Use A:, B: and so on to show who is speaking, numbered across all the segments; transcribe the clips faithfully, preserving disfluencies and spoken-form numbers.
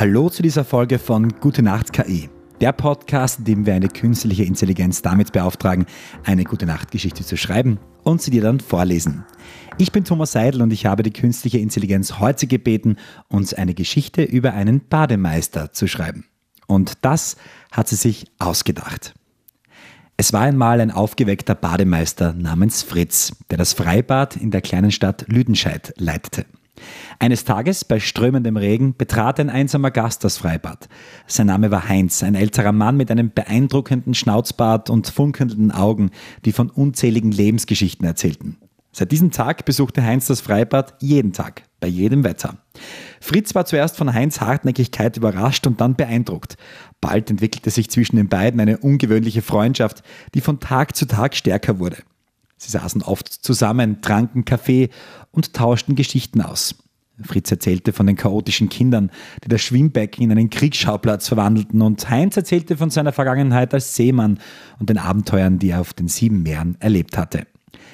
A: Hallo zu dieser Folge von Gute Nacht K I, der Podcast, in dem wir eine künstliche Intelligenz damit beauftragen, eine Gute-Nacht-Geschichte zu schreiben und sie dir dann vorlesen. Ich bin Thomas Seidel und ich habe die künstliche Intelligenz heute gebeten, uns eine Geschichte über einen Bademeister zu schreiben. Und das hat sie sich ausgedacht. Es war einmal ein aufgeweckter Bademeister namens Fritz, der das Freibad in der kleinen Stadt Lüdenscheid leitete. Eines Tages, bei strömendem Regen, betrat ein einsamer Gast das Freibad. Sein Name war Heinz, ein älterer Mann mit einem beeindruckenden Schnauzbart und funkelnden Augen, die von unzähligen Lebensgeschichten erzählten. Seit diesem Tag besuchte Heinz das Freibad jeden Tag, bei jedem Wetter. Fritz war zuerst von Heinz' Hartnäckigkeit überrascht und dann beeindruckt. Bald entwickelte sich zwischen den beiden eine ungewöhnliche Freundschaft, die von Tag zu Tag stärker wurde. Sie saßen oft zusammen, tranken Kaffee und tauschten Geschichten aus. Fritz erzählte von den chaotischen Kindern, die das Schwimmbecken in einen Kriegsschauplatz verwandelten, und Heinz erzählte von seiner Vergangenheit als Seemann und den Abenteuern, die er auf den sieben Meeren erlebt hatte.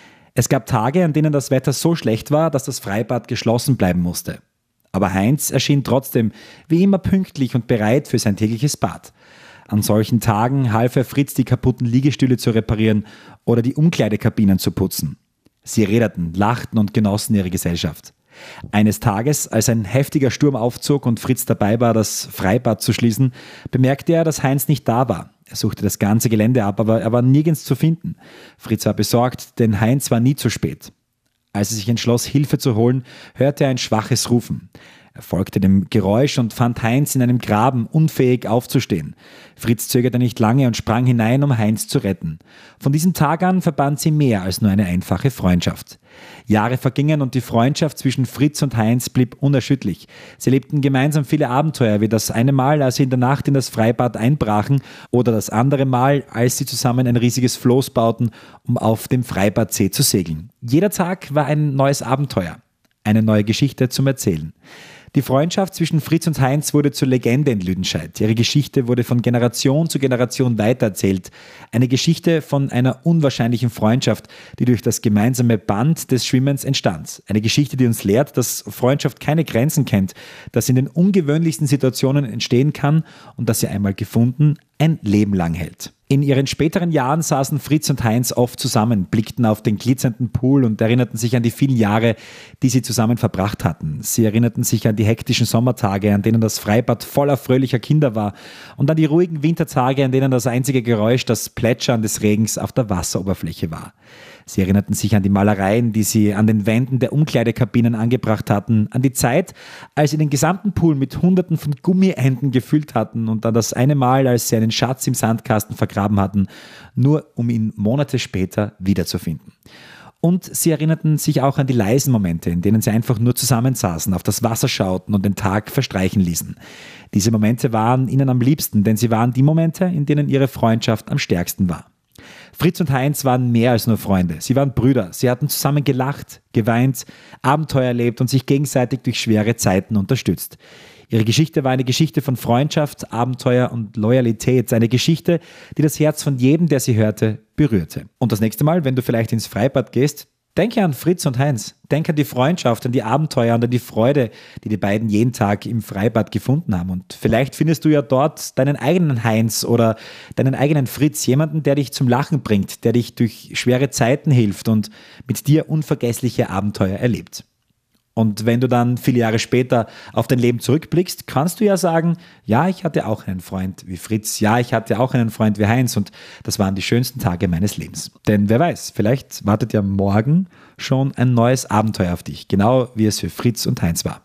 A: Es gab Tage, an denen das Wetter so schlecht war, dass das Freibad geschlossen bleiben musste. Aber Heinz erschien trotzdem wie immer pünktlich und bereit für sein tägliches Bad. An solchen Tagen half er Fritz, die kaputten Liegestühle zu reparieren oder die Umkleidekabinen zu putzen. Sie redeten, lachten und genossen ihre Gesellschaft. Eines Tages, als ein heftiger Sturm aufzog und Fritz dabei war, das Freibad zu schließen, bemerkte er, dass Heinz nicht da war. Er suchte das ganze Gelände ab, aber er war nirgends zu finden. Fritz war besorgt, denn Heinz war nie zu spät. Als er sich entschloss, Hilfe zu holen, hörte er ein schwaches Rufen. Er folgte dem Geräusch und fand Heinz in einem Graben, unfähig aufzustehen. Fritz zögerte nicht lange und sprang hinein, um Heinz zu retten. Von diesem Tag an verband sie mehr als nur eine einfache Freundschaft. Jahre vergingen und die Freundschaft zwischen Fritz und Heinz blieb unerschütterlich. Sie lebten gemeinsam viele Abenteuer, wie das eine Mal, als sie in der Nacht in das Freibad einbrachen, oder das andere Mal, als sie zusammen ein riesiges Floß bauten, um auf dem Freibadsee zu segeln. Jeder Tag war ein neues Abenteuer, eine neue Geschichte zum Erzählen. Die Freundschaft zwischen Fritz und Heinz wurde zur Legende in Lüdenscheid. Ihre Geschichte wurde von Generation zu Generation weitererzählt. Eine Geschichte von einer unwahrscheinlichen Freundschaft, die durch das gemeinsame Band des Schwimmens entstand. Eine Geschichte, die uns lehrt, dass Freundschaft keine Grenzen kennt, dass sie in den ungewöhnlichsten Situationen entstehen kann und dass sie einmal gefunden ein Leben lang hält. In ihren späteren Jahren saßen Fritz und Heinz oft zusammen, blickten auf den glitzernden Pool und erinnerten sich an die vielen Jahre, die sie zusammen verbracht hatten. Sie erinnerten sich an die hektischen Sommertage, an denen das Freibad voller fröhlicher Kinder war, und an die ruhigen Wintertage, an denen das einzige Geräusch das Plätschern des Regens auf der Wasseroberfläche war. Sie erinnerten sich an die Malereien, die sie an den Wänden der Umkleidekabinen angebracht hatten, an die Zeit, als sie den gesamten Pool mit Hunderten von Gummienten gefüllt hatten, und an das eine Mal, als sie einen Schatz im Sandkasten vergraben hatten, nur um ihn Monate später wiederzufinden. Und sie erinnerten sich auch an die leisen Momente, in denen sie einfach nur zusammensaßen, auf das Wasser schauten und den Tag verstreichen ließen. Diese Momente waren ihnen am liebsten, denn sie waren die Momente, in denen ihre Freundschaft am stärksten war. Fritz und Heinz waren mehr als nur Freunde. Sie waren Brüder. Sie hatten zusammen gelacht, geweint, Abenteuer erlebt und sich gegenseitig durch schwere Zeiten unterstützt. Ihre Geschichte war eine Geschichte von Freundschaft, Abenteuer und Loyalität. Eine Geschichte, die das Herz von jedem, der sie hörte, berührte. Und das nächste Mal, wenn du vielleicht ins Freibad gehst, denke an Fritz und Heinz. Denk an die Freundschaft, an die Abenteuer und an die Freude, die die beiden jeden Tag im Freibad gefunden haben. Und vielleicht findest du ja dort deinen eigenen Heinz oder deinen eigenen Fritz, jemanden, der dich zum Lachen bringt, der dich durch schwere Zeiten hilft und mit dir unvergessliche Abenteuer erlebt. Und wenn du dann viele Jahre später auf dein Leben zurückblickst, kannst du ja sagen, ja, ich hatte auch einen Freund wie Fritz, ja, ich hatte auch einen Freund wie Heinz, und das waren die schönsten Tage meines Lebens. Denn wer weiß, vielleicht wartet ja morgen schon ein neues Abenteuer auf dich, genau wie es für Fritz und Heinz war.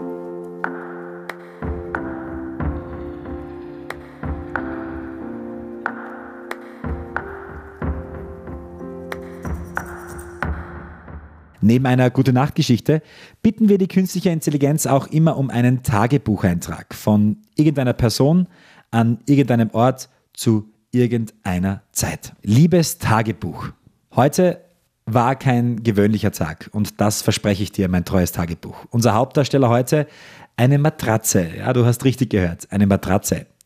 A: Neben einer Gute-Nacht-Geschichte bitten wir die künstliche Intelligenz auch immer um einen Tagebucheintrag von irgendeiner Person an irgendeinem Ort zu irgendeiner Zeit. Liebes Tagebuch, heute war kein gewöhnlicher Tag und das verspreche ich dir, mein treues Tagebuch. Unser Hauptdarsteller heute, eine Matratze. Ja, du hast richtig gehört, eine Matratze.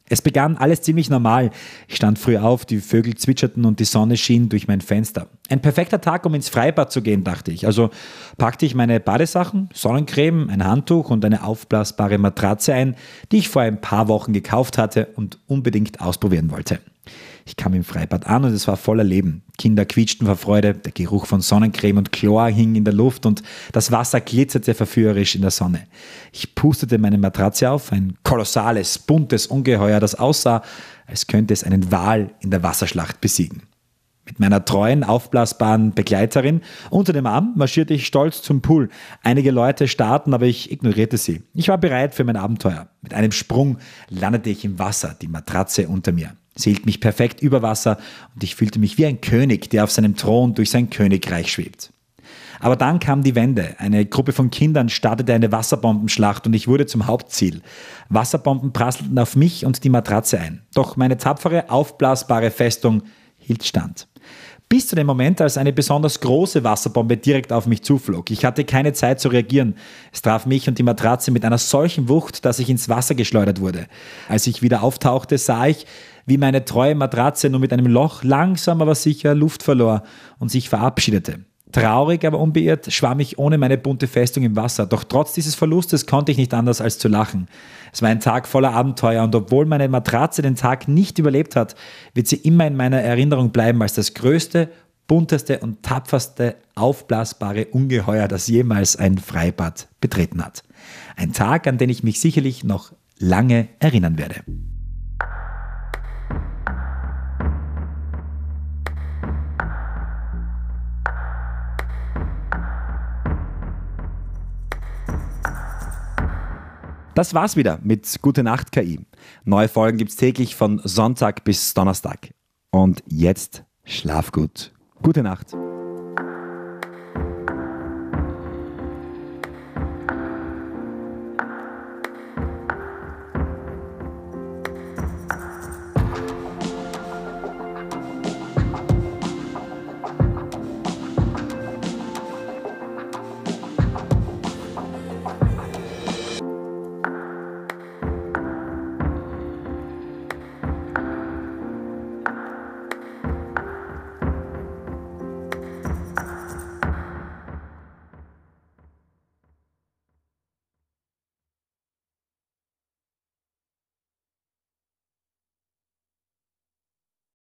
A: Es begann alles ziemlich normal. Ich stand früh auf, die Vögel zwitscherten und die Sonne schien durch mein Fenster. Ein perfekter Tag, um ins Freibad zu gehen, dachte ich. Also packte ich meine Badesachen, Sonnencreme, ein Handtuch und eine aufblasbare Matratze ein, die ich vor ein paar Wochen gekauft hatte und unbedingt ausprobieren wollte. Ich kam im Freibad an und es war voller Leben. Kinder quietschten vor Freude, der Geruch von Sonnencreme und Chlor hing in der Luft und das Wasser glitzerte verführerisch in der Sonne. Ich pustete meine Matratze auf, ein kolossales, buntes Ungeheuer, das aussah, als könnte es einen Wal in der Wasserschlacht besiegen. Mit meiner treuen, aufblasbaren Begleiterin unter dem Arm marschierte ich stolz zum Pool. Einige Leute starrten, aber ich ignorierte sie. Ich war bereit für mein Abenteuer. Mit einem Sprung landete ich im Wasser, die Matratze unter mir. Sie hielt mich perfekt über Wasser und ich fühlte mich wie ein König, der auf seinem Thron durch sein Königreich schwebt. Aber dann kam die Wende. Eine Gruppe von Kindern startete eine Wasserbombenschlacht und ich wurde zum Hauptziel. Wasserbomben prasselten auf mich und die Matratze ein. Doch meine tapfere, aufblasbare Festung hielt stand. Bis zu dem Moment, als eine besonders große Wasserbombe direkt auf mich zuflog. Ich hatte keine Zeit zu reagieren. Es traf mich und die Matratze mit einer solchen Wucht, dass ich ins Wasser geschleudert wurde. Als ich wieder auftauchte, sah ich, wie meine treue Matratze nur mit einem Loch langsam aber sicher Luft verlor und sich verabschiedete. Traurig, aber unbeirrt schwamm ich ohne meine bunte Festung im Wasser. Doch trotz dieses Verlustes konnte ich nicht anders als zu lachen. Es war ein Tag voller Abenteuer und obwohl meine Matratze den Tag nicht überlebt hat, wird sie immer in meiner Erinnerung bleiben als das größte, bunteste und tapferste aufblasbare Ungeheuer, das jemals ein Freibad betreten hat. Ein Tag, an den ich mich sicherlich noch lange erinnern werde. Das war's wieder mit Gute Nacht K I. Neue Folgen gibt's täglich von Sonntag bis Donnerstag. Und jetzt schlaf gut. Gute Nacht.